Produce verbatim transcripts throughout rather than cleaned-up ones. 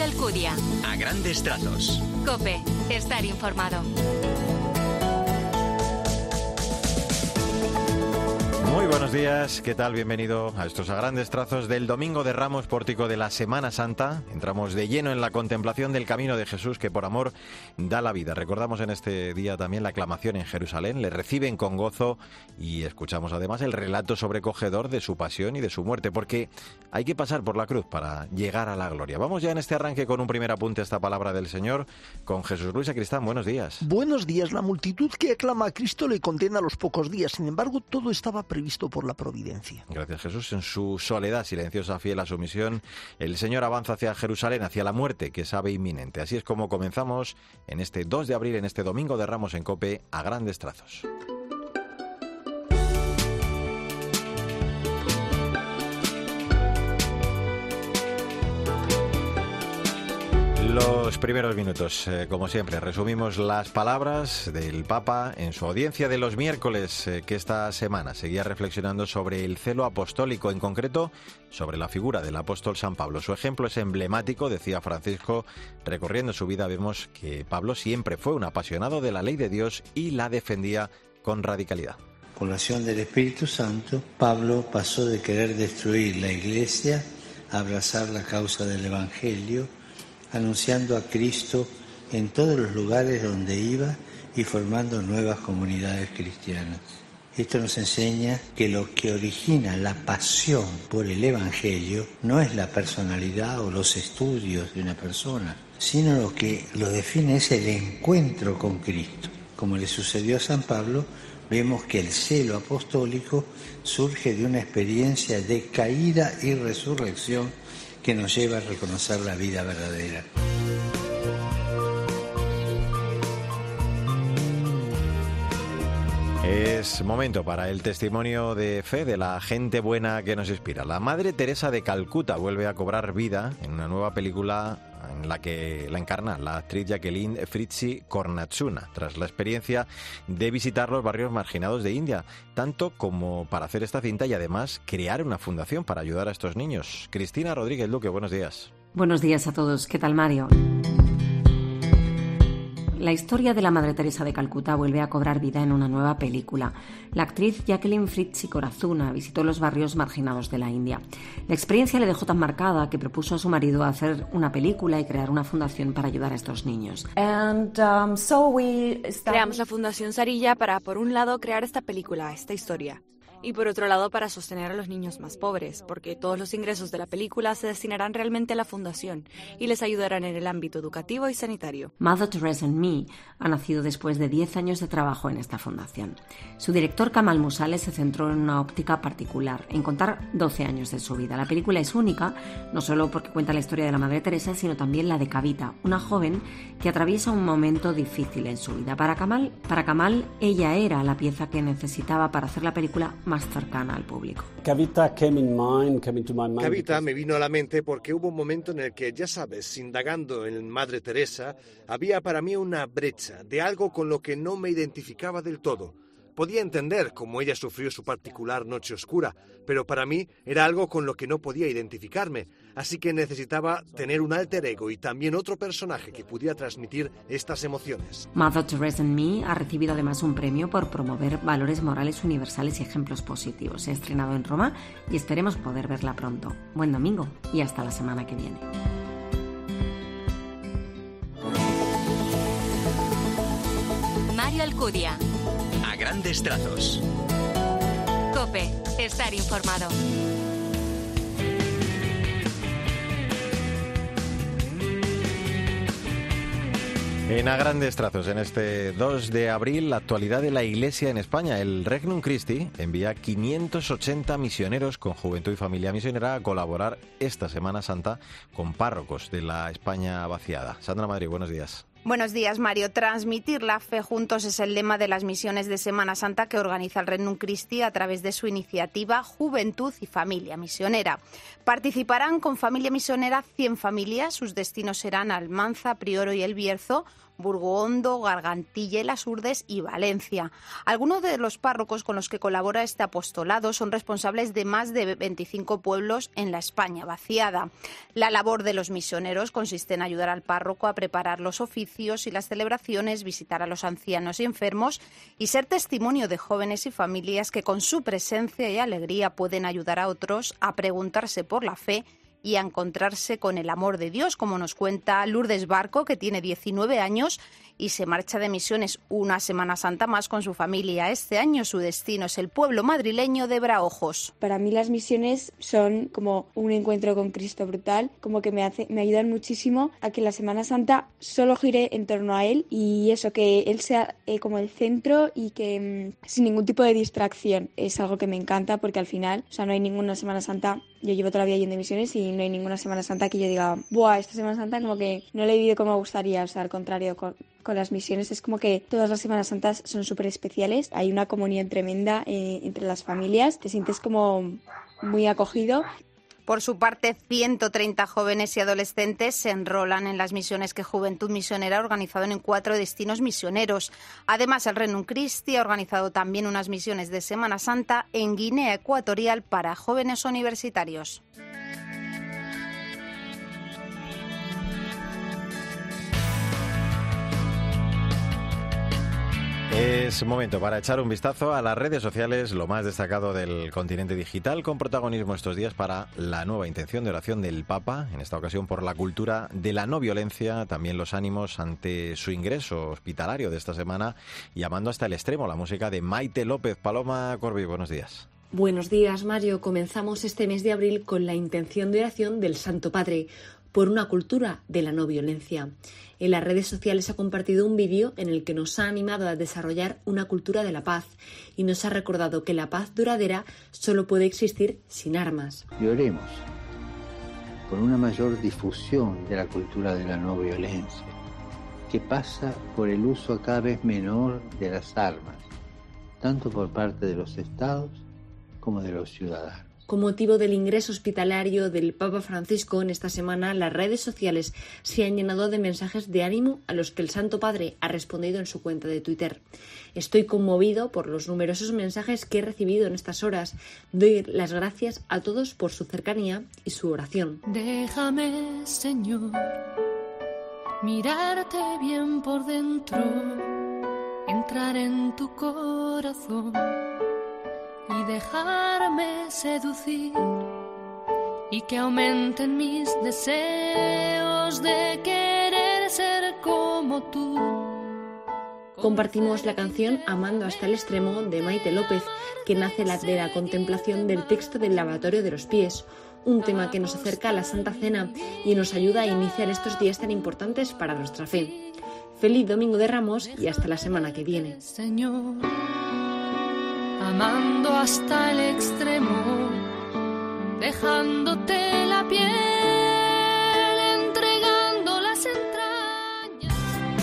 Alcudia. A grandes trazos. COPE. Estar informado. Muy buenos días, ¿qué tal? Bienvenido a estos A Grandes Trazos del Domingo de Ramos, pórtico de la Semana Santa. Entramos de lleno en la contemplación del camino de Jesús que por amor da la vida. Recordamos en este día también la aclamación en Jerusalén, le reciben con gozo y escuchamos además el relato sobrecogedor de su pasión y de su muerte, porque hay que pasar por la cruz para llegar a la gloria. Vamos ya en este arranque con un primer apunte a esta palabra del Señor con Jesús Luis Sacristán. Buenos días. Buenos días. La multitud que aclama a Cristo le condena a los pocos días. Sin embargo, todo estaba previsto por la providencia. Gracias, Jesús. En su soledad silenciosa, fiel a su misión, el Señor avanza hacia Jerusalén, hacia la muerte que sabe inminente. Así es como comenzamos en este dos de abril, en este Domingo de Ramos en COPE, A Grandes Trazos. Los primeros minutos, eh, como siempre, resumimos las palabras del Papa en su audiencia de los miércoles, eh, que esta semana seguía reflexionando sobre el celo apostólico, en concreto sobre la figura del apóstol San Pablo. Su ejemplo es emblemático, decía Francisco. Recorriendo su vida vemos que Pablo siempre fue un apasionado de la ley de Dios y la defendía con radicalidad. Con la acción del Espíritu Santo, Pablo pasó de querer destruir la Iglesia a abrazar la causa del Evangelio, anunciando a Cristo en todos los lugares donde iba y formando nuevas comunidades cristianas. Esto nos enseña que lo que origina la pasión por el Evangelio no es la personalidad o los estudios de una persona, sino lo que lo define es el encuentro con Cristo. Como le sucedió a San Pablo, vemos que el celo apostólico surge de una experiencia de caída y resurrección que nos lleva a reconocer la vida verdadera. Es momento para el testimonio de fe de la gente buena que nos inspira. La Madre Teresa de Calcuta vuelve a cobrar vida en una nueva película en la que la encarna la actriz Jacqueline Fritzi Kornatsuna, tras la experiencia de visitar los barrios marginados de India, tanto como para hacer esta cinta y además crear una fundación para ayudar a estos niños. Cristina Rodríguez Luque, buenos días. Buenos días a todos. ¿Qué tal, Mario? La historia de la Madre Teresa de Calcuta vuelve a cobrar vida en una nueva película. La actriz Jacqueline Fritzi Kornatsuna visitó los barrios marginados de la India. La experiencia le dejó tan marcada que propuso a su marido hacer una película y crear una fundación para ayudar a estos niños. And, um, so we started... Creamos la Fundación Sarilla para, por un lado, crear esta película, esta historia, y por otro lado para sostener a los niños más pobres, porque todos los ingresos de la película se destinarán realmente a la fundación y les ayudarán en el ámbito educativo y sanitario. Mother Teresa and Me ha nacido después de diez años de trabajo en esta fundación. Su director Kamal Musale se centró en una óptica particular, en contar doce años de su vida. La película es única, no solo porque cuenta la historia de la Madre Teresa, sino también la de Kavita, una joven que atraviesa un momento difícil en su vida. Para Kamal, para Kamal ella era la pieza que necesitaba para hacer la película más cercana al público. Kavita came in mind, came into my mind. Kavita me vino a la mente porque hubo un momento en el que, ya sabes, indagando en Madre Teresa, había para mí una brecha de algo con lo que no me identificaba del todo. Podía entender cómo ella sufrió su particular noche oscura, pero para mí era algo con lo que no podía identificarme, así que necesitaba tener un alter ego y también otro personaje que pudiera transmitir estas emociones. Mother Teresa and Me ha recibido además un premio por promover valores morales universales y ejemplos positivos. Se ha estrenado en Roma y esperemos poder verla pronto. Buen domingo y hasta la semana que viene. Mario Alcudia. A grandes trazos. COPE. Estar informado. En A Grandes Trazos, en este dos de abril, la actualidad de la Iglesia en España. El Regnum Christi envía quinientos ochenta misioneros con Juventud y Familia Misionera a colaborar esta Semana Santa con párrocos de la España vaciada. Sandra Madrid, buenos días. Buenos días, Mario. Transmitir la fe juntos es el lema de las misiones de Semana Santa que organiza el Regnum Christi a través de su iniciativa Juventud y Familia Misionera. Participarán con Familia Misionera cien familias. Sus destinos serán Almanza, Prioro y El Bierzo. Burgondo, Gargantilla y Las Hurdes y Valencia. Algunos de los párrocos con los que colabora este apostolado son responsables de más de veinticinco pueblos en la España vaciada. La labor de los misioneros consiste en ayudar al párroco a preparar los oficios y las celebraciones, visitar a los ancianos y enfermos y ser testimonio de jóvenes y familias que con su presencia y alegría pueden ayudar a otros a preguntarse por la fe y a encontrarse con el amor de Dios, como nos cuenta Lourdes Barco, que tiene diecinueve años y se marcha de misiones una Semana Santa más con su familia. Este año su destino es el pueblo madrileño de Braojos. Para mí las misiones son como un encuentro con Cristo brutal, como que me, hace, me ayudan muchísimo a que la Semana Santa solo gire en torno a Él y eso, que Él sea eh, como el centro y que mmm, sin ningún tipo de distracción. Es algo que me encanta porque al final, o sea, no hay ninguna Semana Santa. Yo llevo toda la vida yendo de misiones y no hay ninguna Semana Santa que yo diga, buah, esta Semana Santa como que no la he vivido como me gustaría. O sea, al contrario, con, con las misiones es como que todas las Semanas Santas son súper especiales. Hay una comunión tremenda eh, entre las familias. Te sientes como muy acogido. Por su parte, ciento treinta jóvenes y adolescentes se enrolan en las misiones que Juventud Misionera ha organizado en cuatro destinos misioneros. Además, el Renun Christi ha organizado también unas misiones de Semana Santa en Guinea Ecuatorial para jóvenes universitarios. Es momento para echar un vistazo a las redes sociales, lo más destacado del continente digital, con protagonismo estos días para la nueva intención de oración del Papa, en esta ocasión por la cultura de la no violencia, también los ánimos ante su ingreso hospitalario de esta semana, llamando hasta el extremo la música de Maite López. Paloma Corbi, buenos días. Buenos días, Mario. Comenzamos este mes de abril con la intención de oración del Santo Padre por una cultura de la no violencia. En las redes sociales ha compartido un vídeo en el que nos ha animado a desarrollar una cultura de la paz y nos ha recordado que la paz duradera solo puede existir sin armas. Y oremos por una mayor difusión de la cultura de la no violencia, que pasa por el uso cada vez menor de las armas, tanto por parte de los estados como de los ciudadanos. Con motivo del ingreso hospitalario del Papa Francisco en esta semana, las redes sociales se han llenado de mensajes de ánimo a los que el Santo Padre ha respondido en su cuenta de Twitter. Estoy conmovido por los numerosos mensajes que he recibido en estas horas. Doy las gracias a todos por su cercanía y su oración. Déjame, Señor, mirarte bien por dentro, entrar en tu corazón y dejarme seducir, y que aumenten mis deseos de querer ser como tú. Compartimos la canción Amando hasta el extremo de Maite López, que nace de la contemplación del texto del lavatorio de los pies, un tema que nos acerca a la Santa Cena y nos ayuda a iniciar estos días tan importantes para nuestra fe. Feliz Domingo de Ramos y hasta la semana que viene. Señor, amando hasta el extremo, dejándote la piel, entregando las entrañas.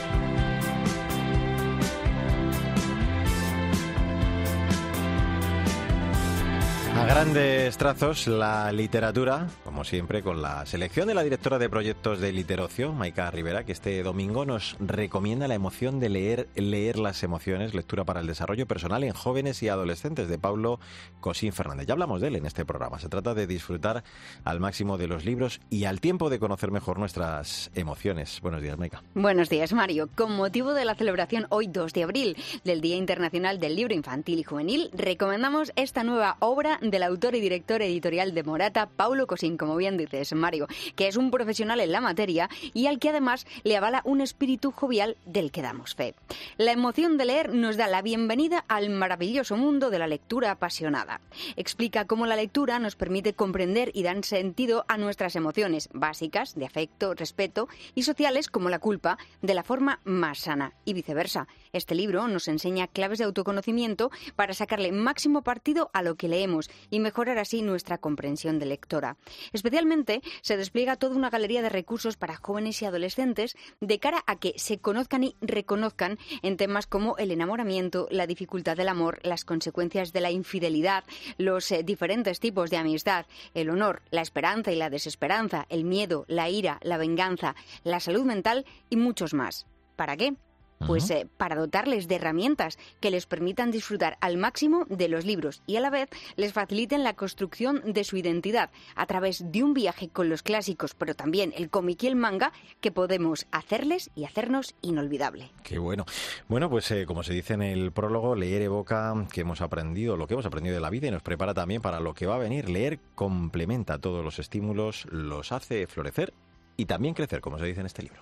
A grandes trazos, la literatura, como siempre, con la selección de la directora de proyectos de Literocio, Maika Rivera, que este domingo nos recomienda la emoción de leer, leer las emociones, lectura para el desarrollo personal en jóvenes y adolescentes, de Pablo Cosín Fernández. Ya hablamos de él en este programa. Se trata de disfrutar al máximo de los libros y al tiempo de conocer mejor nuestras emociones. Buenos días, Maika. Buenos días, Mario. Con motivo de la celebración hoy dos de abril del Día Internacional del Libro Infantil y Juvenil, recomendamos esta nueva obra del autor y director editorial de Morata, Pablo Cosín, como bien dices, Mario, que es un profesional en la materia y al que además le avala un espíritu jovial del que damos fe. La emoción de leer nos da la bienvenida al maravilloso mundo de la lectura apasionada. Explica cómo la lectura nos permite comprender y dar sentido a nuestras emociones básicas de afecto, respeto y sociales como la culpa de la forma más sana y viceversa. Este libro nos enseña claves de autoconocimiento para sacarle máximo partido a lo que leemos y mejorar así nuestra comprensión de lectora. Especialmente se despliega toda una galería de recursos para jóvenes y adolescentes de cara a que se conozcan y reconozcan en temas como el enamoramiento, la dificultad del amor, las consecuencias de la infidelidad, los eh, diferentes tipos de amistad, el honor, la esperanza y la desesperanza, el miedo, la ira, la venganza, la salud mental y muchos más. ¿Para qué? Pues eh, para dotarles de herramientas que les permitan disfrutar al máximo de los libros y a la vez les faciliten la construcción de su identidad a través de un viaje con los clásicos, pero también el cómic y el manga, que podemos hacerles y hacernos inolvidable. Qué bueno. Bueno, pues eh, como se dice en el prólogo, leer evoca que hemos aprendido, lo que hemos aprendido de la vida y nos prepara también para lo que va a venir. Leer complementa todos los estímulos, los hace florecer y también crecer, como se dice en este libro.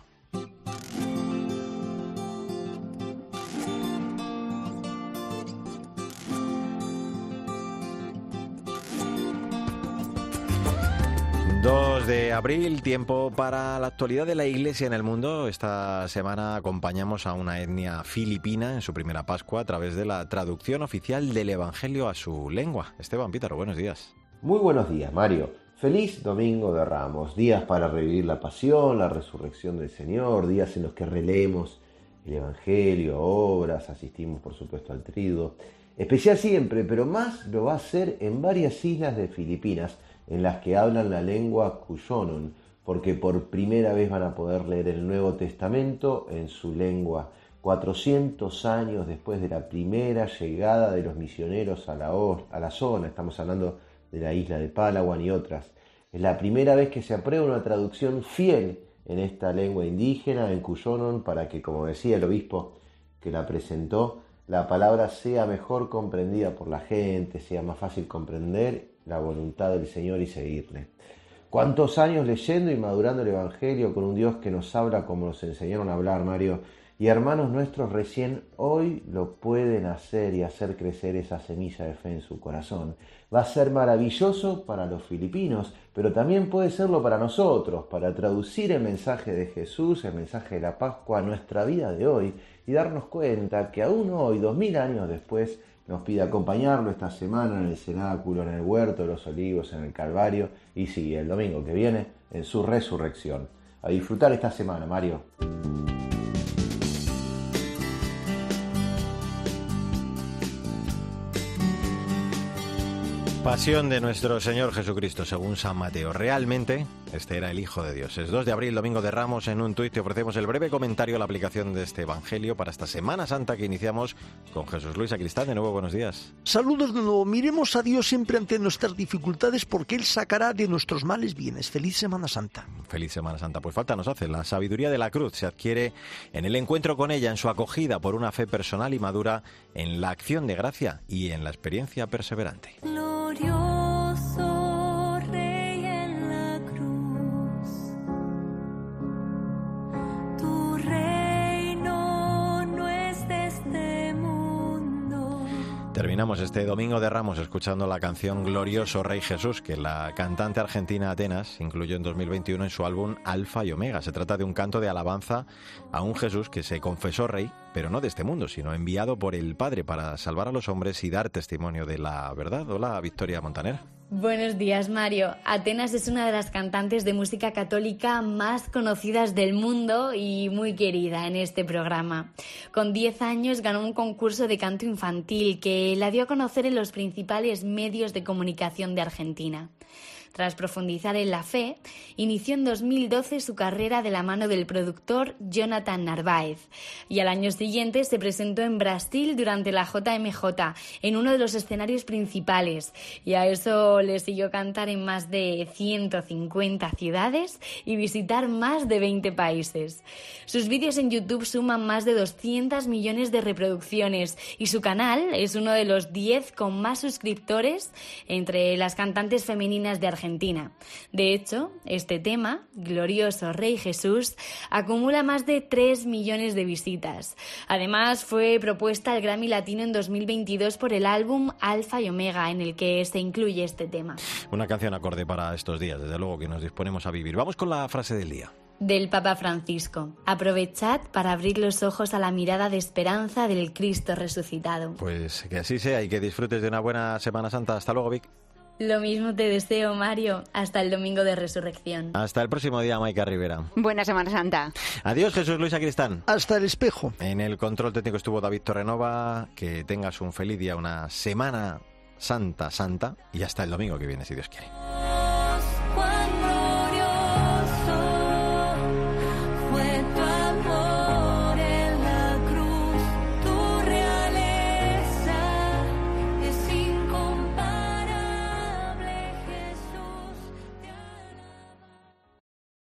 dos de abril, tiempo para la actualidad de la Iglesia en el mundo. Esta semana acompañamos a una etnia filipina en su primera Pascua a través de la traducción oficial del Evangelio a su lengua. Esteban Pítaro, buenos días. Muy buenos días, Mario. Feliz Domingo de Ramos, días para revivir la pasión, la resurrección del Señor, días en los que releemos el Evangelio, obras, asistimos por supuesto al triduo. Especial siempre, pero más lo va a hacer en varias islas de Filipinas, en las que hablan la lengua Cuyonon, porque por primera vez van a poder leer el Nuevo Testamento en su lengua, cuatrocientos años después de la primera llegada de los misioneros a la, a la zona. Estamos hablando de la isla de Palawan y otras. Es la primera vez que se aprueba una traducción fiel en esta lengua indígena, en Cuyonon, para que, como decía el obispo que la presentó, la palabra sea mejor comprendida por la gente, sea más fácil comprender la voluntad del Señor y seguirle. ¿Cuántos años leyendo y madurando el Evangelio con un Dios que nos habla como nos enseñaron a hablar, Mario? Y hermanos nuestros recién hoy lo pueden hacer y hacer crecer esa semilla de fe en su corazón. Va a ser maravilloso para los filipinos, pero también puede serlo para nosotros, para traducir el mensaje de Jesús, el mensaje de la Pascua a nuestra vida de hoy y darnos cuenta que aún hoy, dos mil años después, nos pide acompañarlo esta semana en el cenáculo, en el huerto de los olivos, en el Calvario y sí, el domingo que viene, en su resurrección. A disfrutar esta semana, Mario. Pasión de nuestro Señor Jesucristo, según San Mateo. Realmente, este era el Hijo de Dios. Es dos de abril, Domingo de Ramos. En un tuit te ofrecemos el breve comentario a la aplicación de este Evangelio para esta Semana Santa que iniciamos con Jesús Luis Sacristán. De nuevo, buenos días. Saludos de nuevo. Miremos a Dios siempre ante nuestras dificultades porque Él sacará de nuestros males bienes. Feliz Semana Santa. Feliz Semana Santa. Pues falta nos hace. La sabiduría de la cruz se adquiere en el encuentro con ella, en su acogida por una fe personal y madura, en la acción de gracia y en la experiencia perseverante. Glorioso Rey en la cruz, tu reino no es de este mundo. Terminamos este Domingo de Ramos escuchando la canción Glorioso Rey Jesús, que la cantante argentina Atenas incluyó en dos mil veintiuno en su álbum Alfa y Omega. Se trata de un canto de alabanza a un Jesús que se confesó rey, pero no de este mundo, sino enviado por el Padre para salvar a los hombres y dar testimonio de la verdad. Hola, Victoria Montaner. Buenos días, Mario. Atenas es una de las cantantes de música católica más conocidas del mundo y muy querida en este programa. Con diez años ganó un concurso de canto infantil que la dio a conocer en los principales medios de comunicación de Argentina. Tras profundizar en la fe, inició en dos mil doce su carrera de la mano del productor Jonathan Narváez y al año siguiente se presentó en Brasil durante la J M J, en uno de los escenarios principales, y a eso le siguió cantar en más de ciento cincuenta ciudades y visitar más de veinte países. Sus vídeos en YouTube suman más de doscientos millones de reproducciones y su canal es uno de los diez con más suscriptores entre las cantantes femeninas de Argentina. Argentina. De hecho, este tema, Glorioso Rey Jesús, acumula más de tres millones de visitas. Además, fue propuesta al Grammy Latino en dos mil veintidós por el álbum Alfa y Omega, en el que se incluye este tema. Una canción acorde para estos días, desde luego que nos disponemos a vivir. Vamos con la frase del día. Del Papa Francisco. Aprovechad para abrir los ojos a la mirada de esperanza del Cristo resucitado. Pues que así sea y que disfrutes de una buena Semana Santa. Hasta luego, Vic. Lo mismo te deseo, Mario. Hasta el Domingo de Resurrección. Hasta el próximo día, Maika Rivera. Buena Semana Santa. Adiós, Jesús Luis Sacristán. Hasta el espejo. En el control técnico estuvo David Torrenova. Que tengas un feliz día, una Semana Santa Santa. Y hasta el domingo que viene, si Dios quiere.